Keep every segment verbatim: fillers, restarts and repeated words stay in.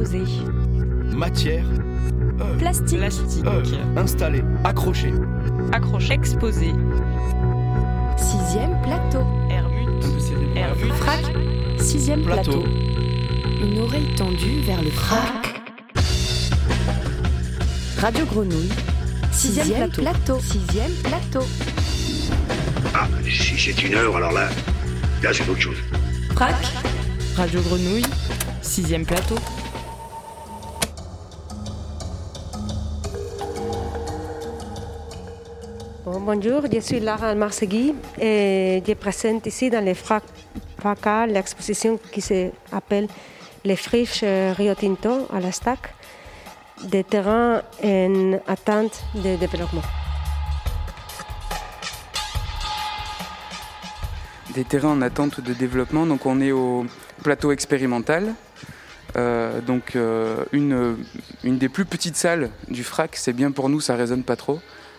exposé. Matière. Euh, Plastique. Plastique. Euh, installé. Accroché. Accroché. Exposé. Sixième plateau. Hermut. Hermut. Frac. Sixième plateau. Plateau. Une oreille tendue vers le frac. Radio Grenouille. Sixième, Sixième plateau. plateau. Sixième plateau. Ah, si c'est une heure, alors là, là c'est autre chose. Frac. Radio Grenouille. Sixième plateau. Bon, bonjour, je suis Lara Almarsegui et je présente ici dans les Frac Fraca l'exposition qui s'appelle Les friches Rio Tinto à l'Estac, des terrains en attente de développement. Des terrains en attente de développement, donc on est au plateau expérimental, euh, donc euh, une, une des plus petites salles du Frac, c'est bien pour nous, ça résonne pas trop.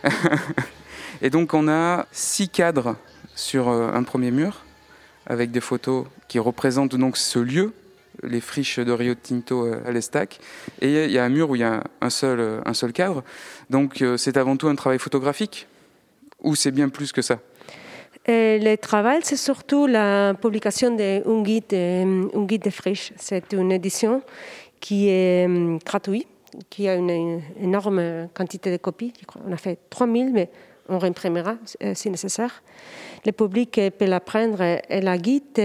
Et donc on a six cadres sur euh, un premier mur, avec des photos qui représentent donc ce lieu, les friches de Rio Tinto euh, à l'Estac, et il y a un mur où il y a un seul, un seul cadre, donc euh, c'est avant tout un travail photographique, ou c'est bien plus que ça? Et le travail, c'est surtout la publication d'un guide, un guide de friches. C'est une édition qui est gratuite, qui a une énorme quantité de copies. On a fait trois mille, mais on réimprimera si nécessaire. Le public peut la prendre et la guide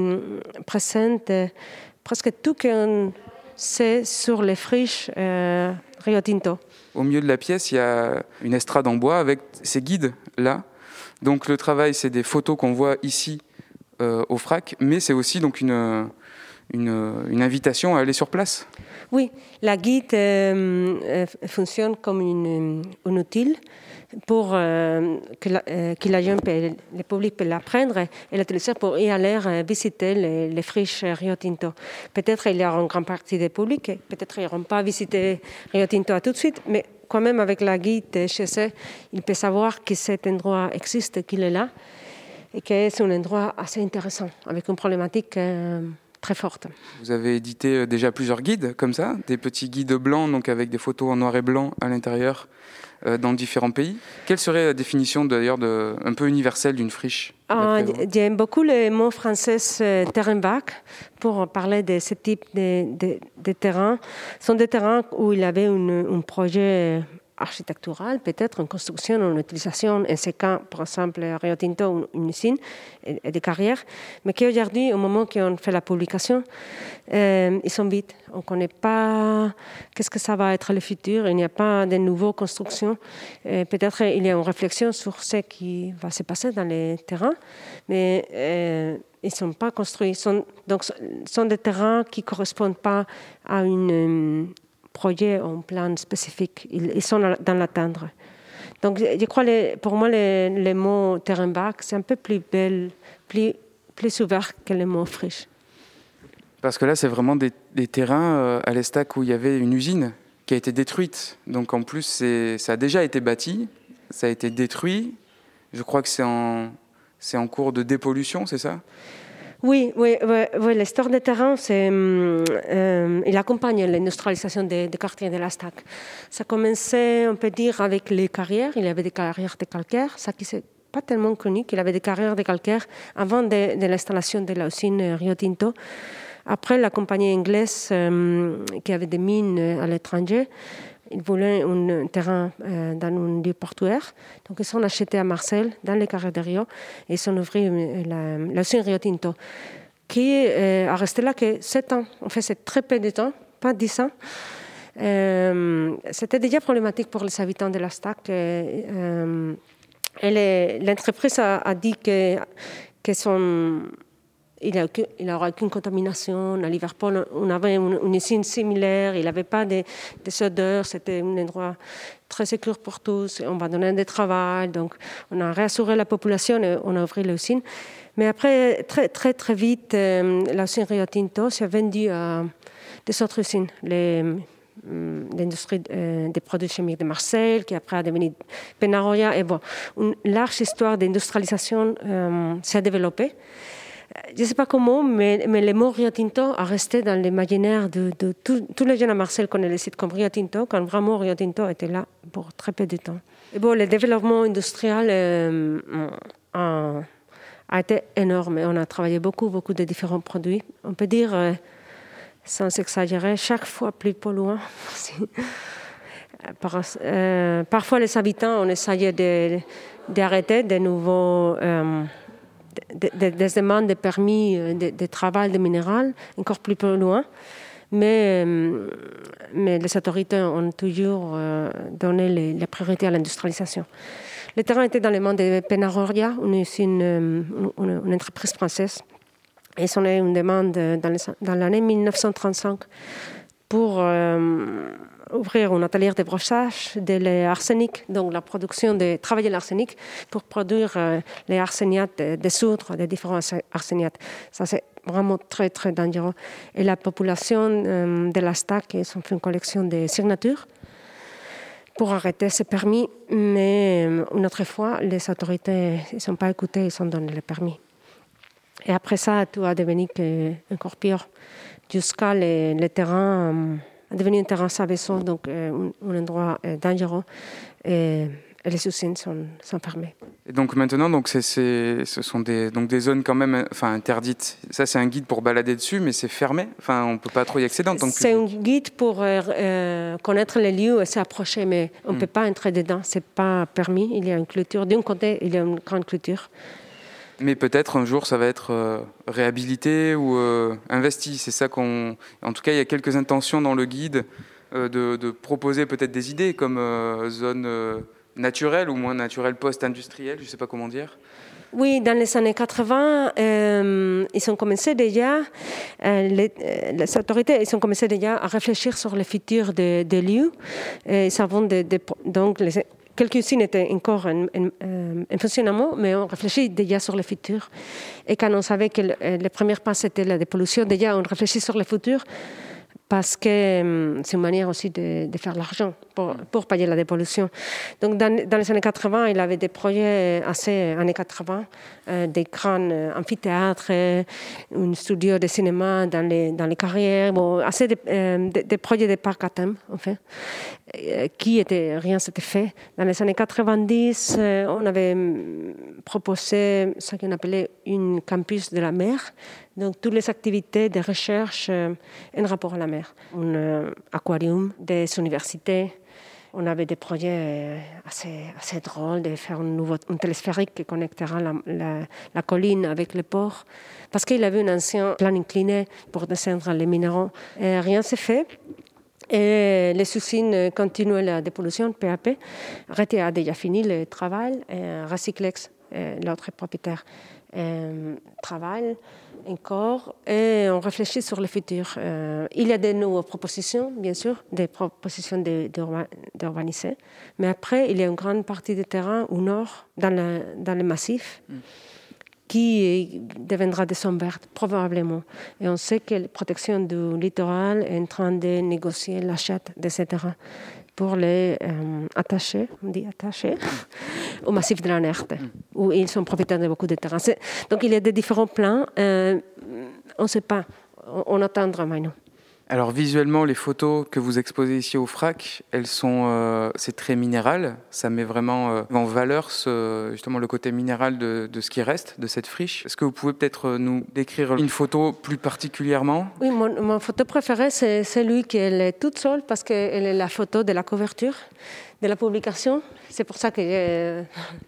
présente presque tout qu'on sait sur les friches euh, Rio Tinto. Au milieu de la pièce, il y a une estrade en bois avec ces guides-là. Donc le travail, c'est des photos qu'on voit ici euh, au Frac, mais c'est aussi donc une, une, une invitation à aller sur place. Oui, la guide euh, fonctionne comme une, un outil pour euh, que, la, euh, que la jeune peut, le public peut l'apprendre et l'utiliser pour y aller visiter les, les friches Rio Tinto. Peut-être il y aura une grande partie du public, peut-être ils n'iront pas visiter Rio Tinto à tout de suite, mais quand même avec la guide chez eux, il peut savoir que cet endroit existe, qu'il est là, et que c'est un endroit assez intéressant, avec une problématique euh, très forte. Vous avez édité déjà plusieurs guides comme ça, des petits guides blancs, donc avec des photos en noir et blanc à l'intérieur, euh, dans différents pays. Quelle serait la définition d'ailleurs de, un peu universelle d'une friche? Ah, j'aime beaucoup le mot français euh, terrain-vague pour parler de ce type de, de, de terrain. Ce sont des terrains où il y avait une, un projet architectural, peut-être une construction, une utilisation, en ce cas, par exemple, Rio Tinto, une usine et, et des carrières, mais qu'aujourd'hui, au moment qu'on fait la publication, euh, ils sont vides. On ne connaît pas qu'est-ce que ça va être le futur, il n'y a pas de nouvelles constructions. Euh, peut-être il y a une réflexion sur ce qui va se passer dans les terrains, mais euh, ils ne sont pas construits. Ils sont, donc, ce sont des terrains qui ne correspondent pas à une projet en plan spécifique. Ils, ils sont dans l'attente. Donc, je crois, les, pour moi, les, les mots terrain-vague, c'est un peu plus belle, plus, plus ouvert que les mots friche. Parce que là, c'est vraiment des, des terrains euh, à l'Estac où il y avait une usine qui a été détruite. Donc, en plus, c'est, ça a déjà été bâti, ça a été détruit. Je crois que c'est en, c'est en cours de dépollution, c'est ça ? Oui, oui, oui, oui, l'histoire des terrains, c'est, euh, il accompagne l'industrialisation des, des quartiers de l'Estac. Ça commençait, on peut dire, avec les carrières. Il y avait des carrières de calcaire, ça qui n'est pas tellement connu, qu'il y avait des carrières de calcaire avant de, de l'installation de l'usine Rio Tinto. Après, la compagnie anglaise, euh, qui avait des mines à l'étranger, ils voulaient un terrain euh, dans un lieu portuaire. Donc, ils ont acheté à Marseille, dans les carrières de Rio, et ils ont ouvert la, l'usine Rio Tinto, qui euh, a resté là que sept ans. En fait, c'est très peu de temps, pas dix ans. Euh, c'était déjà problématique pour les habitants de l'Estac. Euh, et les, l'entreprise a, a dit que, que son... Il n'y aura aucune contamination. À Liverpool, on avait une, une usine similaire. Il n'y avait pas de, de odeurs. C'était un endroit très sécure pour tous. On va donner du travail. Donc, on a rassuré la population et on a ouvert l'usine. Mais après, très, très, très vite, euh, l'usine Rio Tinto s'est vendue à des autres usines. Les, l'industrie euh, des produits chimiques de Marseille, qui après a devenu Penaroya. Et bon, une large histoire d'industrialisation euh, s'est développée. je ne sais pas comment, mais, mais le mot Rio Tinto a resté dans l'imaginaire de, de tous les jeunes à Marseille connaissent les sites comme Rio Tinto, quand vraiment Rio Tinto était là pour très peu de temps. Et bon, le développement industriel euh, a, a été énorme. On a travaillé beaucoup, beaucoup de différents produits. On peut dire, euh, sans exagérer, chaque fois plus polluant. Par, euh, parfois, les habitants ont essayé de, d'arrêter de nouveaux... Euh, Des, des, des demandes de permis de, de travail de minéral, encore plus loin. Mais, mais les autorités ont toujours donné les, les priorités à l'industrialisation. Le terrain était dans les mains de Penaroria, une, usine, une, une entreprise française. Ils ont eu une demande dans, les, dans l'année dix-neuf cent trente-cinq pour euh, ouvrir un atelier de brossage de l'arsenic, donc la production de travailler l'arsenic pour produire euh, les arseniates, de, de soudre, des différents arseniates. Ça, c'est vraiment très, très dangereux. Et la population euh, de la S T A C, ils ont fait une collection de signatures pour arrêter ce permis, mais euh, une autre fois, les autorités ne sont pas écoutées, ils ont donné le permis. Et après ça, tout a devenu encore pire, jusqu'à le, le terrain... Euh, est devenu un terrain sablonneux, donc euh, un endroit euh, dangereux, et, et les usines sont, sont fermées. Et donc maintenant, donc c'est, c'est, ce sont des, donc des zones quand même enfin, interdites. Ça, c'est un guide pour balader dessus, mais c'est fermé. Enfin, on ne peut pas trop y accéder en tant que C'est public. un guide pour euh, euh, connaître les lieux et s'approcher, mais on ne mm. peut pas entrer dedans. Ce n'est pas permis. Il y a une clôture. D'un côté, il y a une grande clôture. Mais peut-être un jour ça va être euh, réhabilité ou euh, investi. C'est ça qu'on. En tout cas, il y a quelques intentions dans le guide euh, de, de proposer peut-être des idées comme euh, zone euh, naturelle ou moins naturelle post-industrielle, je ne sais pas comment dire. Oui, dans les années quatre-vingts, euh, ils ont commencé déjà, euh, les, les autorités ils ont commencé déjà à réfléchir sur le futur des de lieux. Et ils avons de, de, donc les, quelques usines étaient encore en, en, en fonctionnement, mais on réfléchit déjà sur le futur. Et quand on savait que le, le premier pas, c'était la dépollution, déjà on réfléchit sur le futur parce que um, c'est une manière aussi de, de faire de l'argent pour, pour payer la dépollution. Donc dans, dans les années quatre-vingts, il avait des projets assez années quatre-vingts, euh, des grands amphithéâtres, un studio de cinéma dans les, dans les carrières, bon, assez de, euh, de, de projets de parcs à thème, en fait, euh, qui était, rien s'était fait. Dans les années quatre-vingt-dix, euh, on avait proposé ce qu'on appelait une campus de la mer, donc toutes les activités de recherche euh, en rapport à la mer. Un euh, aquarium, des universités. On avait des projets assez, assez drôles de faire un, nouveau, un télesphérique qui connectera la, la, la colline avec le port. Parce qu'il y avait un ancien plan incliné pour descendre les minéraux. Et rien ne s'est fait. Et les usines continuaient la dépollution peu à peu. Rete a déjà fini le travail. Et Recyclex, l'autre propriétaire, travaille encore et on réfléchit sur le futur. Euh, il y a de nouvelles propositions, bien sûr, des propositions de, d'urba, d'urbaniser, mais après, il y a une grande partie du terrain au nord, dans le, dans le massif, mm. qui deviendra des zones vertes, probablement. Et on sait que la protection du littoral est en train de négocier l'achat de ces terrains pour les euh, attacher, on dit attacher, au massif de la Nerte, où ils sont propriétaires de beaucoup de terrains. C'est, donc il y a des différents plans, euh, on ne sait pas, on, on attendra maintenant. Alors visuellement, les photos que vous exposez ici au F R A C, elles sont, euh, c'est très minéral, ça met vraiment euh, en valeur ce, justement le côté minéral de, de ce qui reste de cette friche. Est-ce que vous pouvez peut-être nous décrire une photo plus particulièrement ? Oui, mon, mon photo préférée, c'est celle qui est toute seule parce qu'elle est la photo de la couverture de la publication. C'est pour ça que je,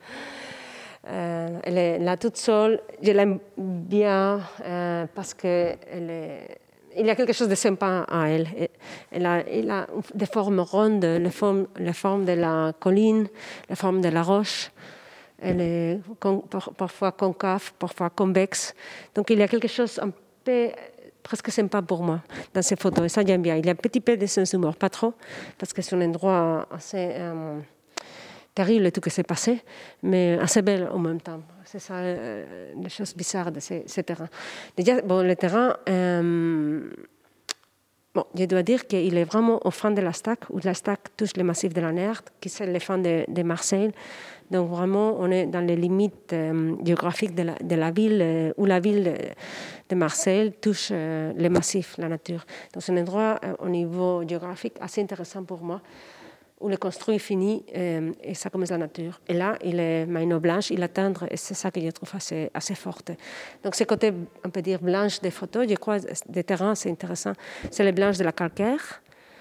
euh, elle est là toute seule. Je l'aime bien euh, parce qu'elle est... Il y a quelque chose de sympa à elle. Elle a, elle a des formes rondes, les formes, les formes de la colline, les formes de la roche. Elle est con, parfois concave, parfois convexe. Donc il y a quelque chose un peu presque sympa pour moi dans ces photos. Et ça, j'aime bien. Il y a un petit peu de sens d'humour, pas trop, parce que c'est un endroit assez euh, terrible, tout ce qui s'est passé, mais assez belle en même temps. C'est ça, euh, les choses bizarres de ces, ces terrains. Déjà, bon, le terrain, euh, Bon, je dois dire qu'il est vraiment au fond de la Stack, où la Stack touche le massif de la Nert, qui c'est le fond de, de Marseille. Donc vraiment, on est dans les limites euh, géographiques de la, de la ville, euh, où la ville de, de Marseille touche euh, le massif, la nature. Donc c'est un endroit euh, au niveau géographique assez intéressant pour moi, où le construit est fini euh, et ça commence la nature. Et là, il est maillot blanche, il est tendre, et c'est ça que je trouve assez, assez fort. Donc ce côté, on peut dire, blanche des photos, je crois, des terrains, c'est intéressant. C'est les blanches de la calcaire,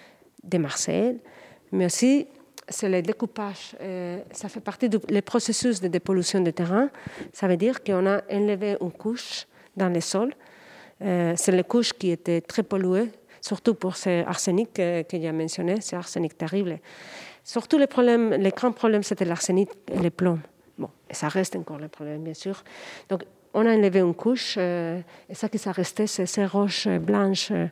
de Marseille, mais aussi c'est le découpage. Euh, ça fait partie du processus de dépollution de terrain. Ça veut dire qu'on a enlevé une couche dans le sol. Euh, c'est la couche qui était très polluée, surtout pour ce arsenic que, que j'ai mentionné, c'est arsenic terrible. Surtout les problèmes, les grands problèmes, c'était l'arsenic et les plombs. Bon, et ça reste encore le problème, bien sûr. Donc, on a enlevé une couche, euh, et ça qui s'est resté, c'est ces roches blanches euh,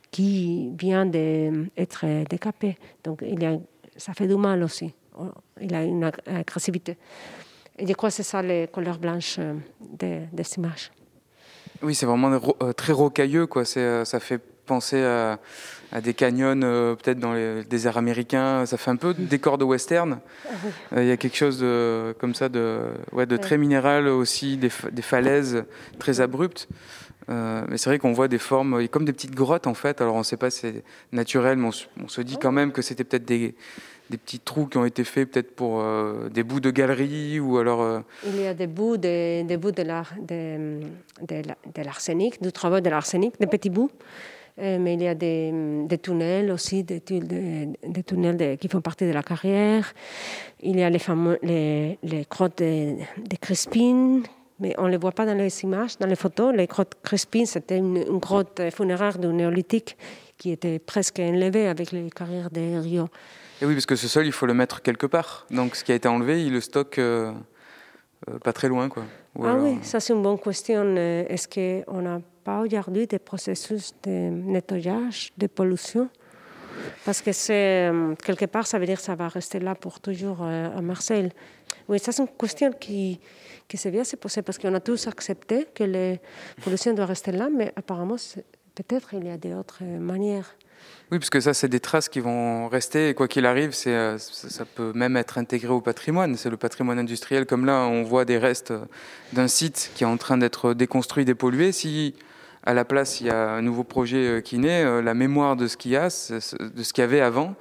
qui viennent d'être décapées. Donc, il y a, ça fait du mal aussi. Il a une agressivité. Et je crois que c'est ça les couleurs blanches euh, de, de cette image. Oui, c'est vraiment ro- euh, très rocailleux, quoi. C'est, euh, ça fait penser à, à des canyons, euh, peut-être dans les déserts américains. Ça fait un peu décor de western. Il ah oui. euh, y a quelque chose de, comme ça de, ouais, de ouais. très minéral aussi, des, fa- des falaises très abruptes. Euh, mais c'est vrai qu'on voit des formes, comme des petites grottes en fait. Alors on ne sait pas si c'est naturel, mais on, on se dit quand même que c'était peut-être des, des petits trous qui ont été faits peut-être pour euh, des bouts de galeries ou alors... Euh... Il y a des bouts de, des bouts de, la, de, de, de l'arsenic, du travail de l'arsenic, des petits bouts. Euh, mais il y a des, des tunnels aussi, des, des, des tunnels de, qui font partie de la carrière. Il y a les, fameux, les, les grottes de, de Crespin, mais on ne les voit pas dans les images, dans les photos. Les grottes Crespin, c'était une, une grotte funéraire du néolithique qui était presque enlevée avec les carrières de Rio. Et oui, parce que ce sol, il faut le mettre quelque part. Donc ce qui a été enlevé, il le stocke euh, euh, pas très loin, quoi. Ou ah alors... oui, ça c'est une bonne question. Est-ce qu'on n'a pas aujourd'hui des processus de nettoyage, de pollution? Parce que c'est, quelque part, ça veut dire que ça va rester là pour toujours euh, à Marseille. Oui, ça c'est une question qui, qui s'est bien se poser parce qu'on a tous accepté que la pollution doit rester là, mais apparemment, peut-être il y a d'autres manières. Oui, parce que ça, c'est des traces qui vont rester, et quoi qu'il arrive, c'est, ça peut même être intégré au patrimoine. C'est le patrimoine industriel, comme là, on voit des restes d'un site qui est en train d'être déconstruit, dépollué. Si, à la place, il y a un nouveau projet qui naît, la mémoire de ce qu'il y a, de ce qu'il y avait avant,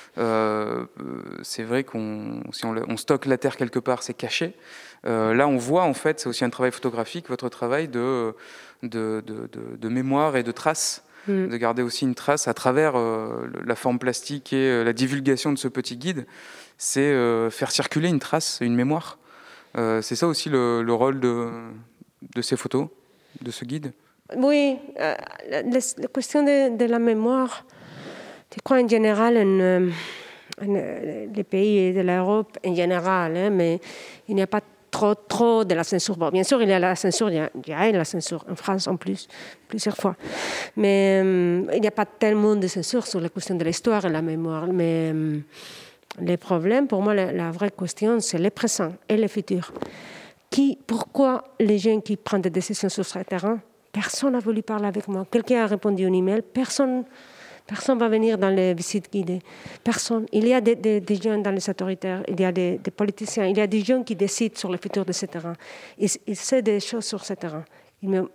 euh, c'est vrai qu'on, si on, on stocke la terre quelque part, c'est caché. Euh, là, on voit, en fait, c'est aussi un travail photographique, votre travail de, de, de, de, de mémoire et de traces. De garder aussi une trace à travers euh, la forme plastique et euh, la divulgation de ce petit guide, c'est euh, faire circuler une trace, une mémoire. Euh, c'est ça aussi le, le rôle de, de ces photos, de ce guide. Oui, euh, la, la question de, de la mémoire, je crois en général, en, en, les pays de l'Europe en général, hein, mais il n'y a pas trop, trop de la censure. Bon, bien sûr, il y a la censure, il y a, il y a la censure en France en plus, plusieurs fois. Mais euh, il n'y a pas tellement de censure sur la question de l'histoire et la mémoire. Mais euh, les problèmes, pour moi, la, la vraie question, c'est le présent et le futur. Qui, pourquoi les gens qui prennent des décisions sur ce terrain, personne n'a voulu parler avec moi. Quelqu'un a répondu un email, personne... Personne ne va venir dans les visites guidées. Personne. Il y a des, des, des gens dans les autoritaires, il y a des, des politiciens, il y a des gens qui décident sur le futur de ce terrain. Ils, ils savent des choses sur ce terrain. Ils ne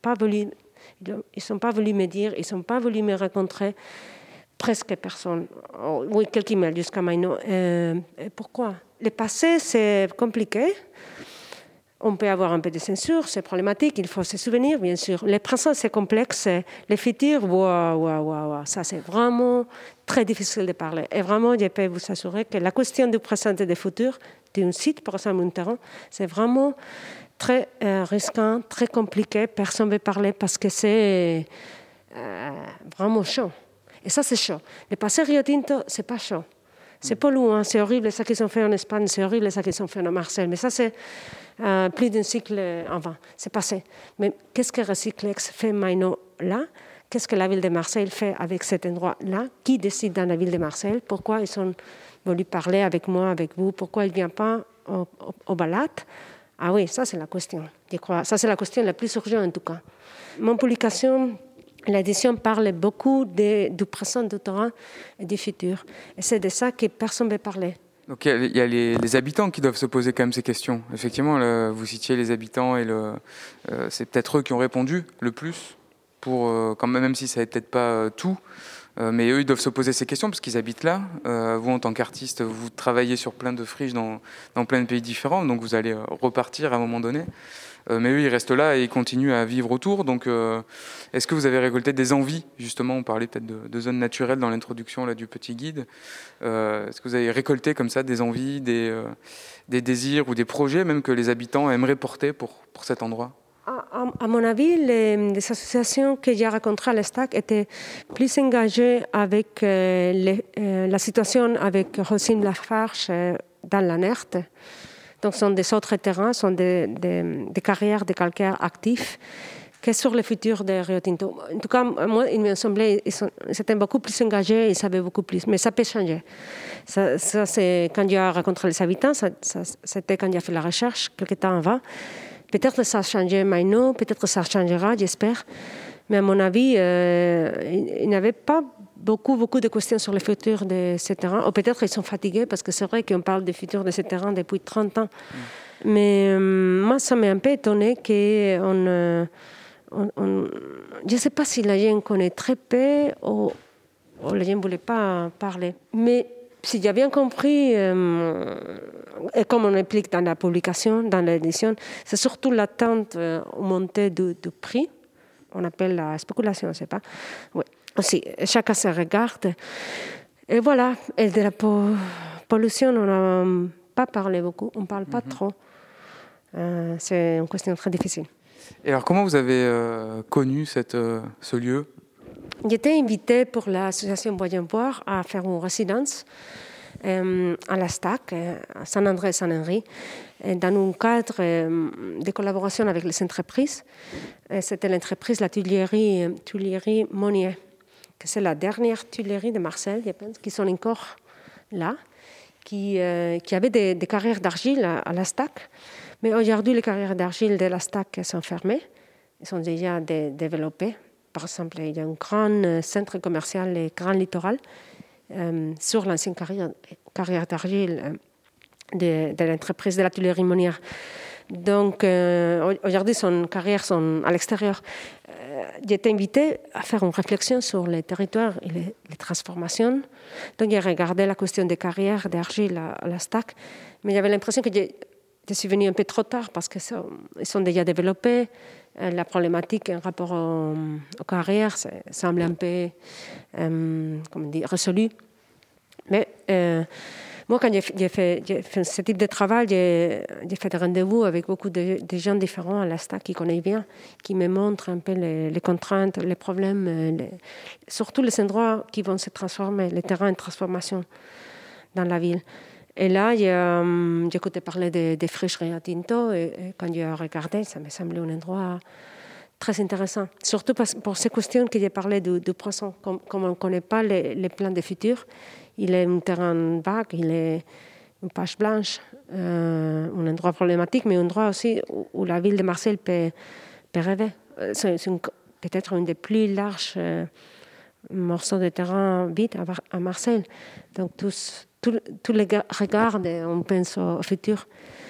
sont pas venus me dire, ils ne sont pas venus me rencontrer. Presque personne. Oh, oui, quelques emails jusqu'à maintenant. Euh, pourquoi? Le passé, c'est compliqué. On peut avoir un peu de censure, c'est problématique, il faut se souvenir, bien sûr. Le présent, c'est complexe. Le futur, waouh, waouh, waouh, ça, c'est vraiment très difficile de parler. Et vraiment, je peux vous assurer que la question du présent et du futur d'un site, par exemple, un terrain, c'est vraiment très euh, risquant, très compliqué. Personne ne veut parler parce que c'est euh, vraiment chaud. Et ça, c'est chaud. Le passé Rio Tinto, c'est pas chaud. C'est pas loin, c'est horrible, ça qu'ils ont fait en Espagne, c'est horrible, ça qu'ils ont fait à Marseille. Mais ça, c'est euh, plus d'un cycle avant, c'est passé. Mais qu'est-ce que Recyclex fait maintenant là? Qu'est-ce que la ville de Marseille fait avec cet endroit-là? Qui décide dans la ville de Marseille? Pourquoi ils ont voulu parler avec moi, avec vous? Pourquoi ils ne viennent pas au, au, au balade? Ah oui, ça, c'est la question, je crois. Ça, c'est la question la plus urgente, en tout cas. Mon publication L'édition parle beaucoup de, du présent, du terrain et du futur. Et c'est de ça que personne ne veut parler. Donc il y a les, les habitants qui doivent se poser quand même ces questions. Effectivement, là, vous citiez les habitants et le, euh, c'est peut-être eux qui ont répondu le plus, pour, euh, quand même, même si ça n'est peut-être pas euh, tout. Euh, mais eux, ils doivent se poser ces questions parce qu'ils habitent là. Euh, vous, en tant qu'artiste, vous travaillez sur plein de friches dans, dans plein de pays différents, donc vous allez repartir à un moment donné. Euh, mais eux, ils restent là et ils continuent à vivre autour. Donc, euh, est-ce que vous avez récolté des envies, justement, on parlait peut-être de, de zones naturelles dans l'introduction là, du petit guide. Euh, est-ce que vous avez récolté comme ça des envies, des, euh, des désirs ou des projets même que les habitants aimeraient porter pour, pour cet endroit ? À, à mon avis, les, les associations que j'ai rencontrées à l'Estac étaient plus engagées avec euh, les, euh, la situation avec Rosine Lafarge euh, dans la Nerte. Donc, ce sont des autres terrains, ce sont des, des, des carrières de calcaire actifs que sur le futur de Rio Tinto. En tout cas, moi, il me semblait qu'ils étaient beaucoup plus engagés, ils savaient beaucoup plus. Mais ça peut changer. Ça, ça c'est quand j'ai rencontré les habitants, ça, ça, c'était quand j'ai fait la recherche, quelques temps avant. Peut-être que ça a changé maintenant, peut-être que ça changera, j'espère. Mais à mon avis, euh, il n'y avait pas beaucoup, beaucoup de questions sur le futur de ces terrains. Ou peut-être qu'ils sont fatigués, parce que c'est vrai qu'on parle du futur de ces terrains depuis trente ans. Mm. Mais euh, moi, ça m'a un peu étonné qu'on... Euh, on, on, je ne sais pas si la gente connaît très peu ou, ou la gente ne voulait pas parler. Mais si j'ai bien compris, euh, et comme on explique dans la publication, dans l'édition, c'est surtout l'attente euh, montée du, du prix. On appelle la spéculation, je ne sais pas. Oui. Aussi, chacun se regarde. Et voilà. Et de la po- pollution, on n'a pas parlé beaucoup. On ne parle pas mm-hmm. trop. Euh, c'est une question très difficile. Et alors, comment vous avez euh, connu cette, euh, ce lieu ? J'étais invitée pour l'association Bois-Boire à faire une résidence euh, à la Stac, à Saint-André-Saint-Henri, dans un cadre euh, de collaboration avec les entreprises. Et c'était l'entreprise, la Tuilerie, Tuilerie Monnier, que c'est la dernière tuilerie de Marseille, je pense, qui sont encore là, qui, euh, qui avait des, des carrières d'argile à, à la Stac. Mais aujourd'hui, les carrières d'argile de la Stac sont fermées, elles sont déjà dé- développées. Par exemple, il y a un grand centre commercial, le Grand Littoral, euh, sur l'ancienne carrière, carrière d'argile euh, de, de l'entreprise de la Tuilerie Monnier. Donc, euh, aujourd'hui, son carrières sont à l'extérieur. Euh, j'ai été invitée à faire une réflexion sur les territoires et les, les transformations. Donc, j'ai regardé la question des carrières d'argile à, à la Stac, mais j'avais l'impression que j'ai, je suis venue un peu trop tard parce qu'ils sont, sont déjà développés. La problématique en rapport aux, aux carrières ça, semble un peu euh, comment dire, résolue. Mais euh, moi, quand j'ai, j'ai, fait, j'ai fait ce type de travail, j'ai, j'ai fait des rendez-vous avec beaucoup de, de gens différents à la Stac qui connaissent bien, qui me montrent un peu les, les contraintes, les problèmes, les, surtout les endroits qui vont se transformer, les terrains de transformation dans la ville. Et là, j'ai, euh, j'ai écouté parler des de friches Rio Tinto et, et quand j'ai regardé, ça me semblait un endroit très intéressant. Surtout parce, pour ces questions que j'ai parlé du, du poisson. Comme, comme on ne connaît pas les, les plans de futur, il est un terrain vague, il est une page blanche, euh, un endroit problématique, mais un endroit aussi où, où la ville de Marseille peut, peut rêver. C'est, c'est une, peut-être un des plus larges euh, morceaux de terrain vide à, à Marseille. Donc, tous... Tous les regards, on pense au futur.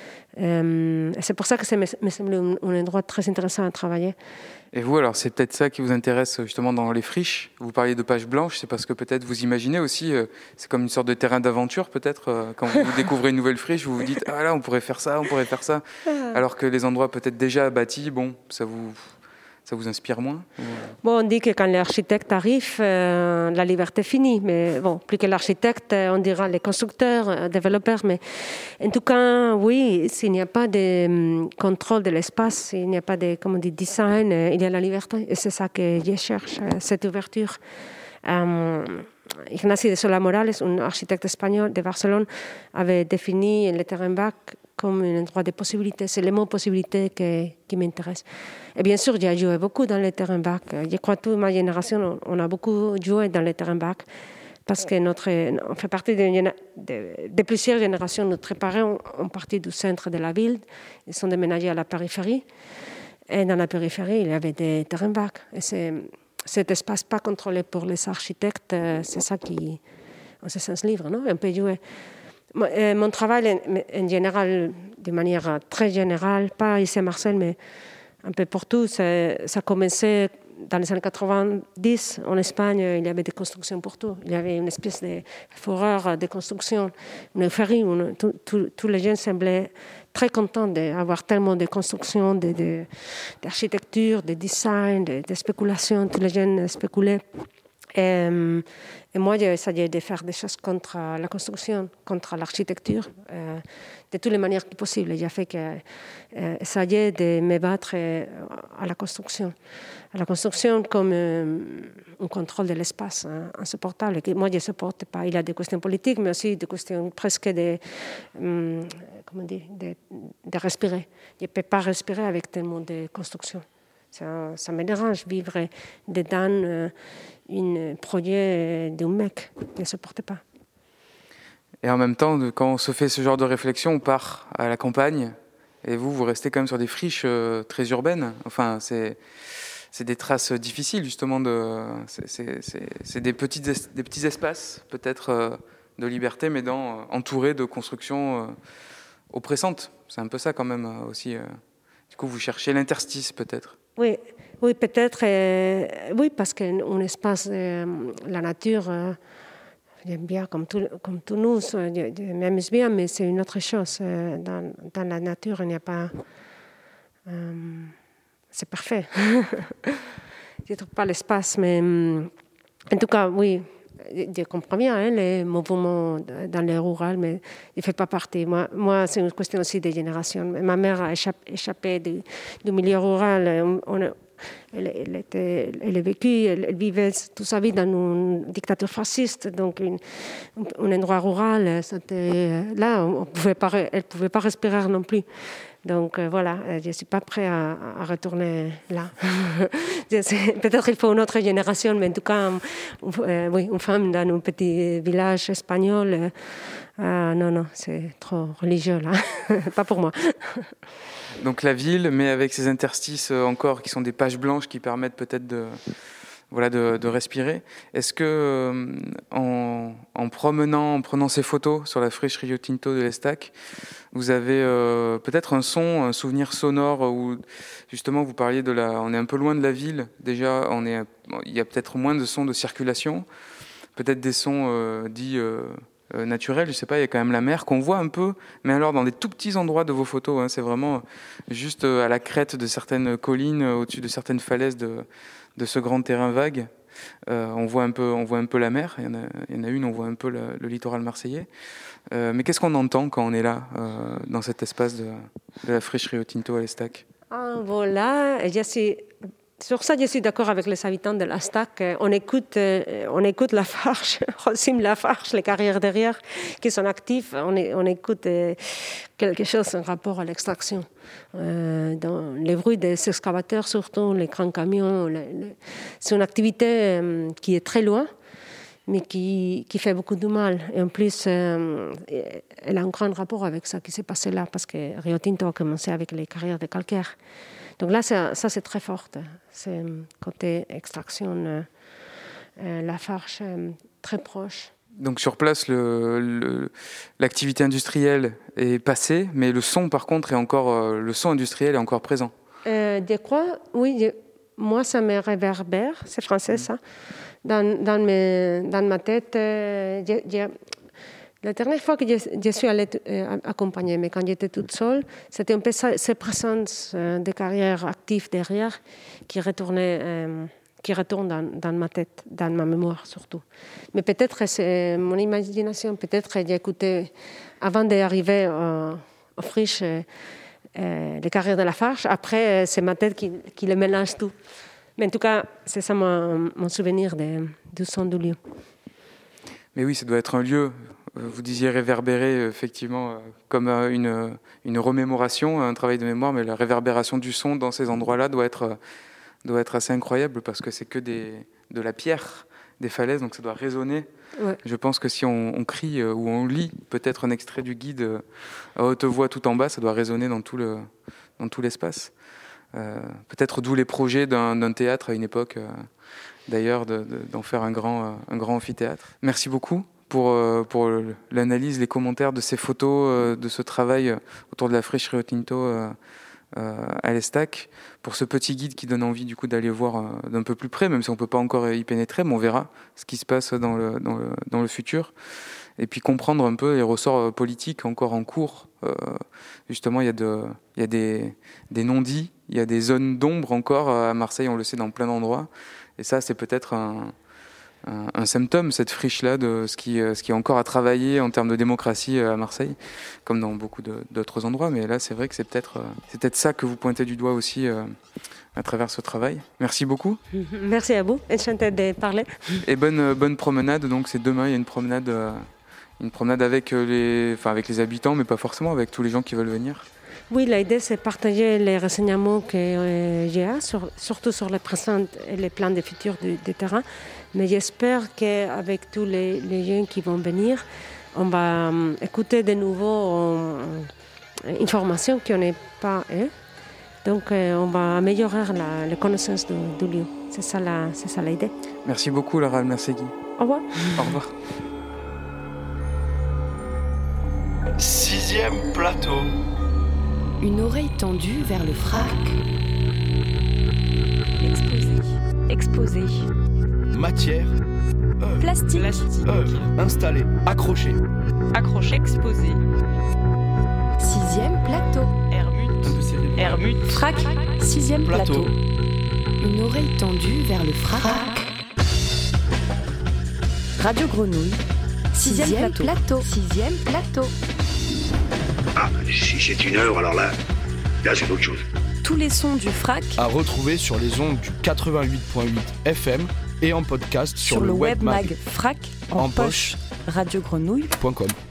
Euh, c'est pour ça que ça me, me semble un, un endroit très intéressant à travailler. Et vous, alors, c'est peut-être ça qui vous intéresse justement dans les friches. Vous parliez de pages blanches, c'est parce que peut-être vous imaginez aussi, euh, c'est comme une sorte de terrain d'aventure peut-être. Euh, quand vous découvrez une nouvelle friche, vous vous dites « Ah là, on pourrait faire ça, on pourrait faire ça ». Alors que les endroits peut-être déjà bâtis, bon, ça vous... Ça vous inspire moins ? Bon, on dit que quand l'architecte arrive, euh, la liberté finit. Mais bon, plus que l'architecte, on dira les constructeurs, les développeurs. Mais en tout cas, oui, s'il n'y a pas de um, contrôle de l'espace, s'il n'y a pas de, comme on dit, design, euh, il y a la liberté. Et c'est ça que je cherche, euh, cette ouverture. Um, Ignacio de Sola Morales, un architecte espagnol de Barcelone, avait défini le terrain vague comme un endroit de possibilités. C'est le mot possibilité que, qui m'intéresse. Et bien sûr, j'ai joué beaucoup dans les terrains vagues. Je crois que toute ma génération, on a beaucoup joué dans les terrains vagues parce que notre, on fait partie de, de, de plusieurs générations. Notre parents ont parti du centre de la ville. Ils sont déménagés à la périphérie. Et dans la périphérie, il y avait des terrains vagues. Et c'est, cet espace pas contrôlé pour les architectes, euh, c'est ça qui, en ce sens, livre, non? Un peu joué. Mon, euh, mon travail, en, en général, de manière très générale, pas ici à Marseille, mais un peu partout, ça a commencé dans les années quatre-vingt-dix. En Espagne, il y avait des constructions pour tout. Il y avait une espèce de fureur de construction, une euphorie. Où tout, tout, tous les gens semblaient très contents d'avoir tellement de constructions, de, de, d'architecture, de design, de, de spéculation. Tous les gens spéculaient. Et, et moi, j'ai essayé de faire des choses contre la construction, contre l'architecture, euh, de toutes les manières possibles. J'ai fait que, euh, essayer de me battre à la construction. À la construction comme euh, un contrôle de l'espace hein, insupportable. Que moi, je ne supporte pas. Il y a des questions politiques, mais aussi des questions presque de, um, comment dire, de, de respirer. Je ne peux pas respirer avec tellement de construction. Ça, ça me dérange vivre dedans euh, un projet d'un mec. Je ne supporte pas. Et en même temps, quand on se fait ce genre de réflexion, on part à la campagne. Et vous, vous restez quand même sur des friches euh, très urbaines. Enfin, c'est, c'est des traces difficiles, justement. De, c'est, c'est, c'est, c'est des, petits, des petits espaces, peut-être, euh, de liberté, mais dans, euh, entourés de constructions euh, oppressantes. C'est un peu ça, quand même, euh, aussi. Euh. Du coup, vous cherchez l'interstice, peut-être. Oui, oui peut-être. Euh, oui, parce qu'un espace, euh, la nature, euh, j'aime bien, comme tout, comme tout nous, je, je m'amuse bien, mais c'est une autre chose. Euh, dans, dans la nature, il n'y a pas... Euh, c'est parfait. Je ne trouve pas l'espace, mais en tout cas, oui, je comprends bien hein, les mouvements dans le rural, mais je ne fais pas partie. Moi, moi, c'est une question aussi de génération. Ma mère a échappé, échappé du, du milieu rural. On a, elle, elle, était, elle a vécu, elle, elle vivait toute sa vie dans une dictature fasciste, donc une, un endroit rural. C'était, là, on pouvait pas, elle ne pouvait pas respirer non plus. Donc euh, voilà, je ne suis pas prête à, à retourner là. Peut-être qu'il faut une autre génération, mais en tout cas, euh, oui, une femme dans un petit village espagnol, euh, euh, non, non, c'est trop religieux là, pas pour moi. Donc la ville, mais avec ces interstices encore qui sont des pages blanches qui permettent peut-être de... Voilà, de, de respirer. Est-ce que, euh, en, en promenant, en prenant ces photos sur la friche Rio Tinto de l'Estac, vous avez euh, peut-être un son, un souvenir sonore où, justement, vous parliez de la... On est un peu loin de la ville, déjà, on est, il y a peut-être moins de sons de circulation, peut-être des sons euh, dits euh, euh, naturels, je ne sais pas, il y a quand même la mer qu'on voit un peu, mais alors dans des tout petits endroits de vos photos, hein, c'est vraiment juste à la crête de certaines collines, au-dessus de certaines falaises de... de ce grand terrain vague, euh, on voit un peu, on voit un peu la mer. Il y en a, il y en a une, on voit un peu le, le littoral marseillais. Euh, mais qu'est-ce qu'on entend quand on est là, euh, dans cet espace de, de la friche Rio Tinto à l'Estac? Ah, voilà, je suis, sur ça, je suis d'accord avec les habitants de l'Estac. On écoute, on écoute la Farge, Rossim Lafarge, les carrières derrière qui sont actifs. On, on écoute quelque chose en rapport à l'extraction. Euh, dans les bruits des excavateurs, surtout les grands camions, les, les... c'est une activité euh, qui est très loin, mais qui, qui fait beaucoup de mal. Et en plus, euh, elle a un grand rapport avec ça qui s'est passé là, parce que Rio Tinto a commencé avec les carrières de calcaire. Donc là, ça, ça c'est très fort. C'est côté extraction, euh, euh, Lafarge, euh, très proche. Donc sur place, le, le, l'activité industrielle est passée, mais le son, par contre, est encore, euh, le son industriel est encore présent. Euh, je crois, oui. Je, moi, ça me réverbère, c'est français, ça. Dans, dans, mes, dans ma tête, euh, je, je, la dernière fois que je, je suis allée euh, accompagner, mais quand j'étais toute seule, c'était un peu ces présences euh, de carrière actives derrière qui retournaient... Euh, qui retourne dans, dans ma tête, dans ma mémoire surtout. Mais peut-être que c'est mon imagination, peut-être que j'ai écouté, avant d'arriver euh, aux friches, euh, euh, les carrières de Lafarge, après c'est ma tête qui, qui le mélange tout. Mais en tout cas, c'est ça mon, mon souvenir de, du son du lieu. Mais oui, ça doit être un lieu, vous disiez réverbérer, effectivement, comme une, une remémoration, un travail de mémoire, mais la réverbération du son dans ces endroits-là doit être... doit être assez incroyable parce que c'est que des, de la pierre, des falaises, donc ça doit résonner. Ouais. Je pense que si on, on crie euh, ou on lit peut-être un extrait du guide euh, à haute voix tout en bas, ça doit résonner dans tout, le, dans tout l'espace. Euh, peut-être d'où les projets d'un, d'un théâtre à une époque, euh, d'ailleurs, de, de, d'en faire un grand, euh, un grand amphithéâtre. Merci beaucoup pour, euh, pour l'analyse, les commentaires de ces photos, euh, de ce travail autour de la friche Rio Tinto euh, euh, à l'Estac, pour ce petit guide qui donne envie du coup d'aller voir euh, d'un peu plus près, même si on ne peut pas encore y pénétrer, mais on verra ce qui se passe dans le, dans le, dans le futur. Et puis comprendre un peu les ressorts politiques encore en cours. Euh, justement, il y a, de, il y a des, des non-dits, il y a des zones d'ombre encore à Marseille, on le sait dans plein d'endroits. Et ça, c'est peut-être un, un, un symptôme, cette friche-là, de ce qui, ce qui est encore à travailler en termes de démocratie à Marseille, comme dans beaucoup de, d'autres endroits. Mais là, c'est vrai que c'est peut-être, c'est peut-être ça que vous pointez du doigt aussi euh, à travers ce travail. Merci beaucoup. Merci à vous, enchantée de parler. Et bonne, bonne promenade, donc c'est demain, il y a une promenade... Euh, Une promenade avec les, enfin avec les habitants, mais pas forcément avec tous les gens qui veulent venir. Oui, l'idée, c'est de partager les renseignements que euh, j'ai, sur, surtout sur les présents et les plans de futur du, du terrain. Mais j'espère qu'avec tous les, les jeunes qui vont venir, on va euh, écouter de nouveau euh, informations qu'on n'est pas. Hein? Donc, euh, on va améliorer la, la connaissance du, du lieu. C'est ça, la, c'est ça l'idée. Merci beaucoup, Lara Almersegui. Au revoir. Au revoir. Sixième plateau. Une oreille tendue vers le frac. Exposé. Exposé. Matière. Œuvre. Plastique. Plastique. Œuvre. Installé. Accroché. Accroché. Exposé. Sixième plateau. Hermut. Un peu cérébral. Hermut. Frac. Sixième Plateau. plateau. Une oreille tendue vers le frac. Radio Grenouille. Sixième, Sixième plateau. plateau. Sixième plateau. Ah, si c'est une œuvre, alors là, là c'est autre chose. Tous les sons du frac À retrouver sur les ondes du quatre-vingt-huit virgule huit F M et en podcast sur, sur le web mag mag frac en, en poche. poche. radio grenouille point com.